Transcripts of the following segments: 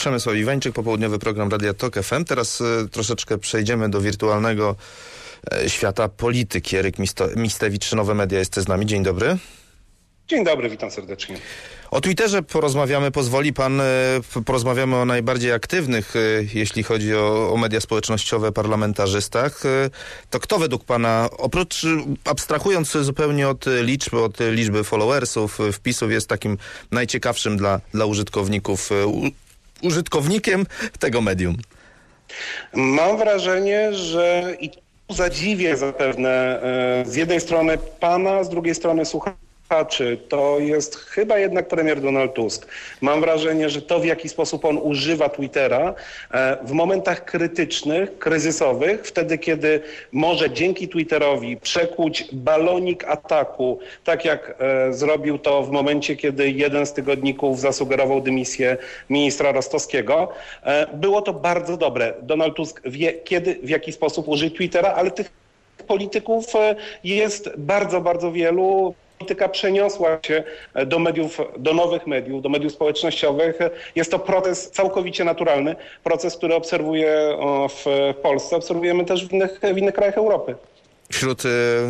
Przemysław Iwańczyk, popołudniowy program Radia Tok FM. Teraz troszeczkę przejdziemy do wirtualnego świata polityki. Eryk Mistewicz, Nowe Media, jest z nami. Dzień dobry. Dzień dobry, witam serdecznie. O Twitterze porozmawiamy, pozwoli pan, porozmawiamy o najbardziej aktywnych, jeśli chodzi o media społecznościowe, parlamentarzystach. To kto według pana, oprócz, abstrahując zupełnie od liczby followersów, wpisów, jest takim najciekawszym dla użytkowników, użytkownikiem tego medium? Mam wrażenie, że i tu zadziwię zapewne z jednej strony pana, z drugiej strony słuchaczy. To jest chyba jednak premier Donald Tusk. Mam wrażenie, że to, w jaki sposób on używa Twittera w momentach krytycznych, kryzysowych, wtedy kiedy może dzięki Twitterowi przekuć balonik ataku, tak jak zrobił to w momencie, kiedy jeden z tygodników zasugerował dymisję ministra Rostowskiego. Było to bardzo dobre. Donald Tusk wie, kiedy, w jaki sposób użyć Twittera, ale tych polityków jest bardzo, bardzo wielu. Polityka przeniosła się do mediów, do nowych mediów, do mediów społecznościowych. Jest to proces całkowicie naturalny, proces, który obserwuję w Polsce, obserwujemy też w innych krajach Europy. Wśród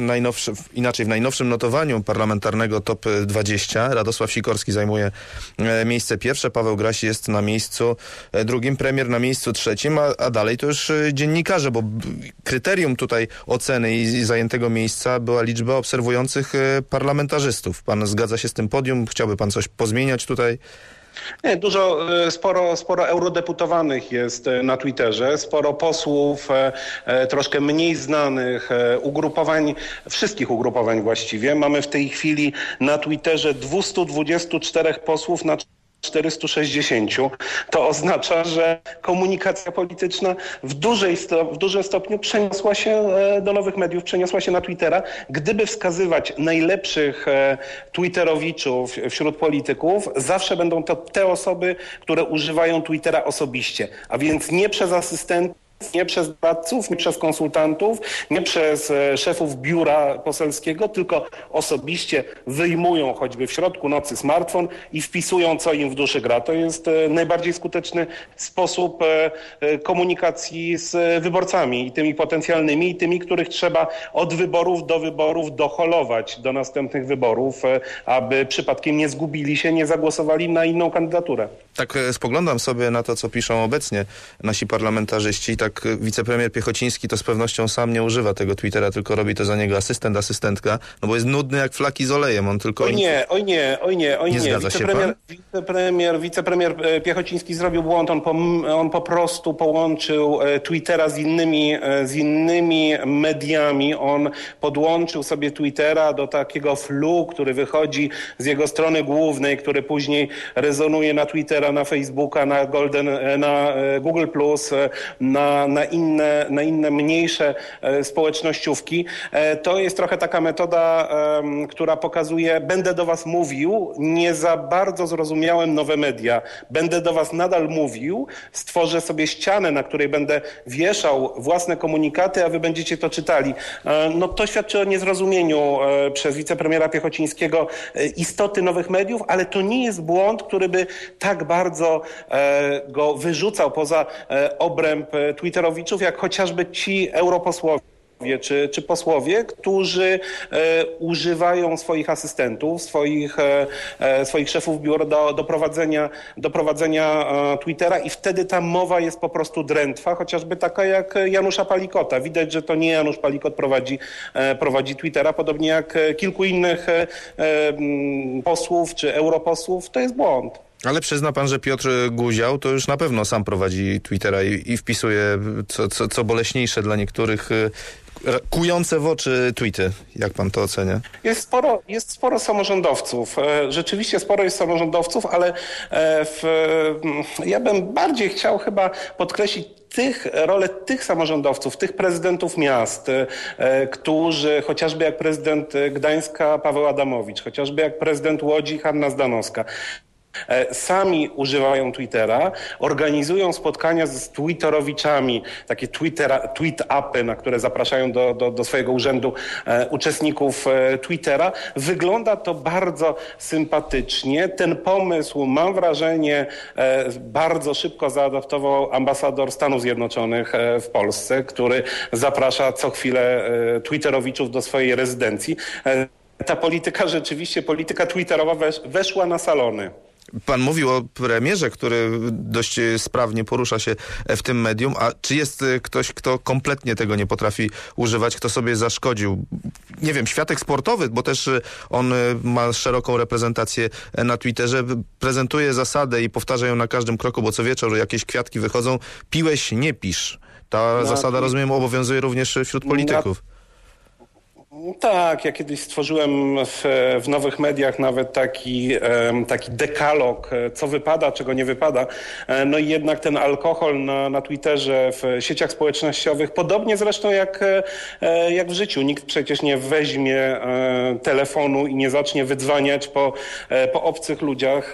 w najnowszym notowaniu parlamentarnego Top 20 Radosław Sikorski zajmuje miejsce pierwsze, Paweł Graś jest na miejscu drugim, premier na miejscu trzecim, a dalej to już dziennikarze, bo kryterium tutaj oceny i zajętego miejsca była liczba obserwujących parlamentarzystów. Pan zgadza się z tym podium? Chciałby pan coś pozmieniać tutaj? Nie, sporo eurodeputowanych jest na Twitterze, sporo posłów, troszkę mniej znanych ugrupowań, wszystkich ugrupowań właściwie. Mamy w tej chwili na Twitterze 224 posłów na 460. To oznacza, że komunikacja polityczna w dużym stopniu przeniosła się do nowych mediów, przeniosła się na Twittera. Gdyby wskazywać najlepszych twitterowiczów wśród polityków, zawsze będą to te osoby, które używają Twittera osobiście, a więc nie przez asystentów, nie przez doradców, nie przez konsultantów, nie przez szefów biura poselskiego, tylko osobiście wyjmują choćby w środku nocy smartfon i wpisują, co im w duszy gra. To jest najbardziej skuteczny sposób komunikacji z wyborcami i tymi potencjalnymi, i tymi, których trzeba od wyborów do wyborów doholować do następnych wyborów, aby przypadkiem nie zgubili się, nie zagłosowali na inną kandydaturę. Tak spoglądam sobie na to, co piszą obecnie nasi parlamentarzyści. Tak wicepremier Piechociński to z pewnością sam nie używa tego Twittera, tylko robi to za niego asystentka, no bo jest nudny jak flaki z olejem. On tylko... Oj nie. Nie zgadza się pan? Wicepremier Piechociński zrobił błąd. On po prostu połączył Twittera z innymi mediami. On podłączył sobie Twittera do takiego flu, który wychodzi z jego strony głównej, który później rezonuje na Twittera, na Facebooka, na Google+, na inne mniejsze społecznościówki. To jest trochę taka metoda, która pokazuje, będę do was mówił, nie za bardzo zrozumiałem nowe media, będę do was nadal mówił, stworzę sobie ścianę, na której będę wieszał własne komunikaty, a wy będziecie to czytali. No to świadczy o niezrozumieniu przez wicepremiera Piechocińskiego istoty nowych mediów, ale to nie jest błąd, który by tak bardzo go wyrzucał poza obręb twitterowiczów, jak chociażby ci europosłowie czy posłowie, którzy używają swoich asystentów, swoich szefów biur do prowadzenia Twittera i wtedy ta mowa jest po prostu drętwa, chociażby taka jak Janusza Palikota. Widać, że to nie Janusz Palikot prowadzi Twittera, podobnie jak kilku innych posłów czy europosłów. To jest błąd. Ale przyzna pan, że Piotr Guział to już na pewno sam prowadzi Twittera i wpisuje co boleśniejsze dla niektórych kujące w oczy tweety. Jak pan to ocenia? Jest sporo samorządowców. Rzeczywiście sporo jest samorządowców, ale ja bym bardziej chciał chyba podkreślić rolę tych samorządowców, tych prezydentów miast, którzy chociażby jak prezydent Gdańska Paweł Adamowicz, chociażby jak prezydent Łodzi Hanna Zdanowska, sami używają Twittera, organizują spotkania z twitterowiczami, takie tweet-upy, na które zapraszają do swojego urzędu uczestników Twittera. Wygląda to bardzo sympatycznie. Ten pomysł, mam wrażenie, bardzo szybko zaadaptował ambasador Stanów Zjednoczonych w Polsce, który zaprasza co chwilę twitterowiczów do swojej rezydencji. Ta polityka rzeczywiście, polityka twitterowa weszła na salony. Pan mówił o premierze, który dość sprawnie porusza się w tym medium, a czy jest ktoś, kto kompletnie tego nie potrafi używać, kto sobie zaszkodził? Nie wiem, Światek Sportowy, bo też on ma szeroką reprezentację na Twitterze, prezentuje zasadę i powtarza ją na każdym kroku, bo co wieczór jakieś kwiatki wychodzą. Piłeś, nie pisz. Ta zasada, rozumiem, obowiązuje również wśród polityków. Tak, ja kiedyś stworzyłem w Nowych Mediach nawet taki dekalog, co wypada, czego nie wypada. No i jednak ten alkohol na Twitterze, w sieciach społecznościowych, podobnie zresztą jak w życiu. Nikt przecież nie weźmie telefonu i nie zacznie wydzwaniać po obcych ludziach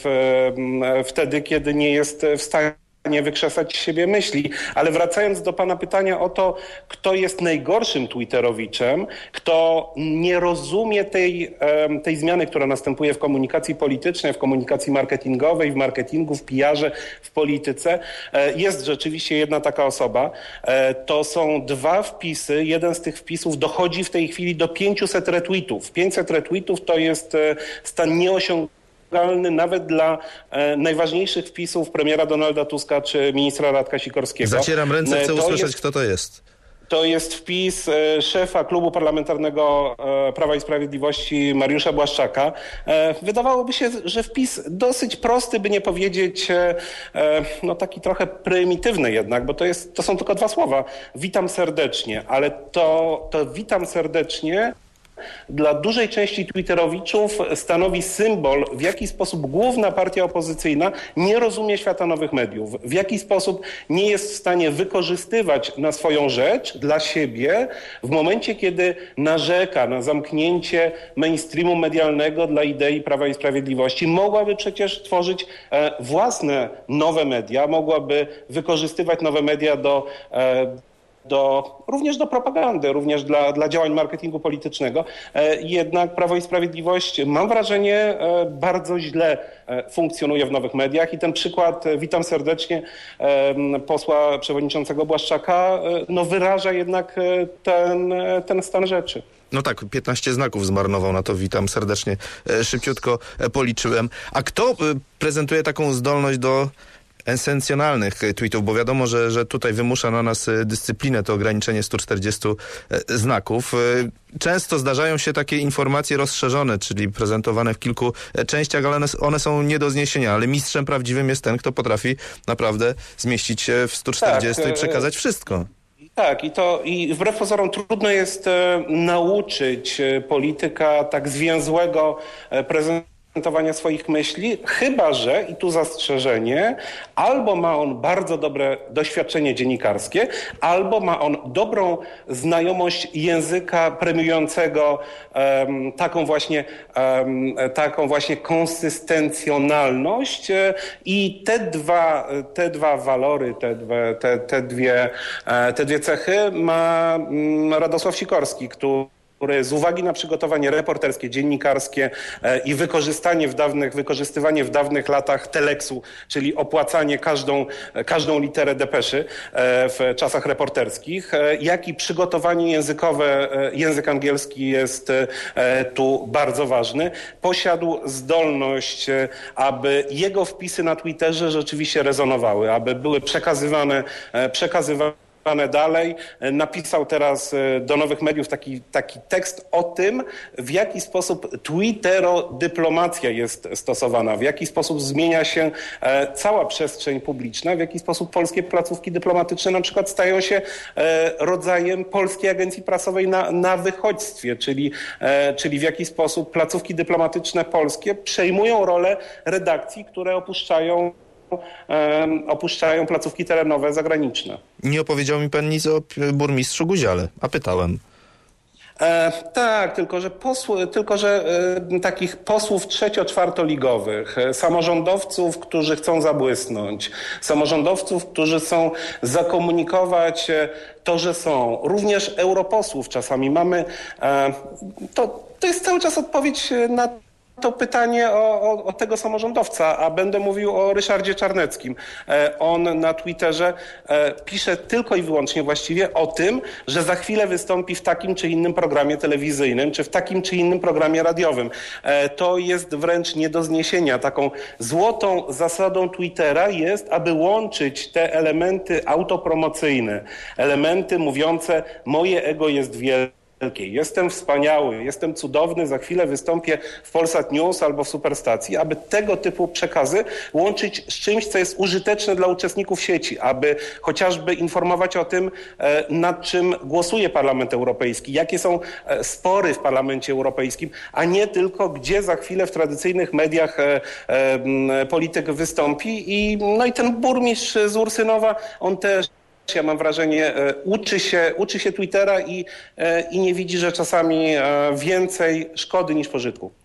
wtedy, kiedy nie jest w stanie wykrzesać z siebie myśli. Ale wracając do pana pytania o to, kto jest najgorszym twitterowiczem, kto nie rozumie tej zmiany, która następuje w komunikacji politycznej, w komunikacji marketingowej, w marketingu, w PR-ze, w polityce, jest rzeczywiście jedna taka osoba. To są 2 wpisy. Jeden z tych wpisów dochodzi w tej chwili do 500 retweetów. 500 retweetów to jest stan nieosiągalny nawet dla najważniejszych wpisów premiera Donalda Tuska czy ministra Radka Sikorskiego. Zacieram ręce, chcę usłyszeć, kto to jest. To jest wpis szefa Klubu Parlamentarnego Prawa i Sprawiedliwości Mariusza Błaszczaka. Wydawałoby się, że wpis dosyć prosty, by nie powiedzieć taki trochę prymitywny jednak, bo to są tylko 2 słowa. Witam serdecznie, ale to witam serdecznie dla dużej części twitterowiczów stanowi symbol, w jaki sposób główna partia opozycyjna nie rozumie świata nowych mediów, w jaki sposób nie jest w stanie wykorzystywać na swoją rzecz, dla siebie, w momencie, kiedy narzeka na zamknięcie mainstreamu medialnego dla idei Prawa i Sprawiedliwości. Mogłaby przecież tworzyć własne nowe media, mogłaby wykorzystywać nowe media również do propagandy, również dla działań marketingu politycznego. Jednak Prawo i Sprawiedliwość, mam wrażenie, bardzo źle funkcjonuje w nowych mediach i ten przykład, witam serdecznie, posła przewodniczącego Błaszczaka, wyraża jednak ten stan rzeczy. No tak, 15 znaków zmarnował na to, witam serdecznie, szybciutko policzyłem. A kto prezentuje taką zdolność do esencjonalnych tweetów, bo wiadomo, że tutaj wymusza na nas dyscyplinę to ograniczenie 140 znaków. Często zdarzają się takie informacje rozszerzone, czyli prezentowane w kilku częściach, ale one są nie do zniesienia, ale mistrzem prawdziwym jest ten, kto potrafi naprawdę zmieścić się w 140 i przekazać wszystko. Tak, i wbrew pozorom trudno jest nauczyć polityka tak zwięzłego prezentowania swoich myśli, chyba że, i tu zastrzeżenie, albo ma on bardzo dobre doświadczenie dziennikarskie, albo ma on dobrą znajomość języka premiującego taką właśnie konsystencjonalność i te dwa walory, te dwie cechy ma Radosław Sikorski, który z uwagi na przygotowanie reporterskie, dziennikarskie i wykorzystywanie w dawnych latach teleksu, czyli opłacanie każdą literę depeszy w czasach reporterskich, jak i przygotowanie językowe, język angielski jest tu bardzo ważny. Posiadł zdolność, aby jego wpisy na Twitterze rzeczywiście rezonowały, aby były przekazywane dalej. Napisał teraz do Nowych Mediów taki tekst o tym, w jaki sposób twitterodyplomacja jest stosowana, w jaki sposób zmienia się cała przestrzeń publiczna, w jaki sposób polskie placówki dyplomatyczne na przykład stają się rodzajem polskiej agencji prasowej na wychodźstwie, czyli w jaki sposób placówki dyplomatyczne polskie przejmują rolę redakcji, które opuszczają placówki terenowe zagraniczne. Nie opowiedział mi pan nic o burmistrzu Guziale, a pytałem. Tak, tylko że takich posłów trzecio-czwartoligowych, samorządowców, którzy chcą zabłysnąć, samorządowców, którzy chcą zakomunikować to, że są. Również europosłów czasami mamy. To jest cały czas odpowiedź na to pytanie o tego samorządowca, a będę mówił o Ryszardzie Czarneckim. On na Twitterze pisze tylko i wyłącznie właściwie o tym, że za chwilę wystąpi w takim czy innym programie telewizyjnym, czy w takim czy innym programie radiowym. To jest wręcz nie do zniesienia. Taką złotą zasadą Twittera jest, aby łączyć te elementy autopromocyjne, elementy mówiące moje ego jest wielkie. Jestem wspaniały, jestem cudowny, za chwilę wystąpię w Polsat News albo w Superstacji, aby tego typu przekazy łączyć z czymś, co jest użyteczne dla uczestników sieci, aby chociażby informować o tym, nad czym głosuje Parlament Europejski, jakie są spory w Parlamencie Europejskim, a nie tylko gdzie za chwilę w tradycyjnych mediach polityk wystąpi. I ten burmistrz z Ursynowa, on też, ja mam wrażenie, uczy się Twittera i nie widzi, że czasami więcej szkody niż pożytku.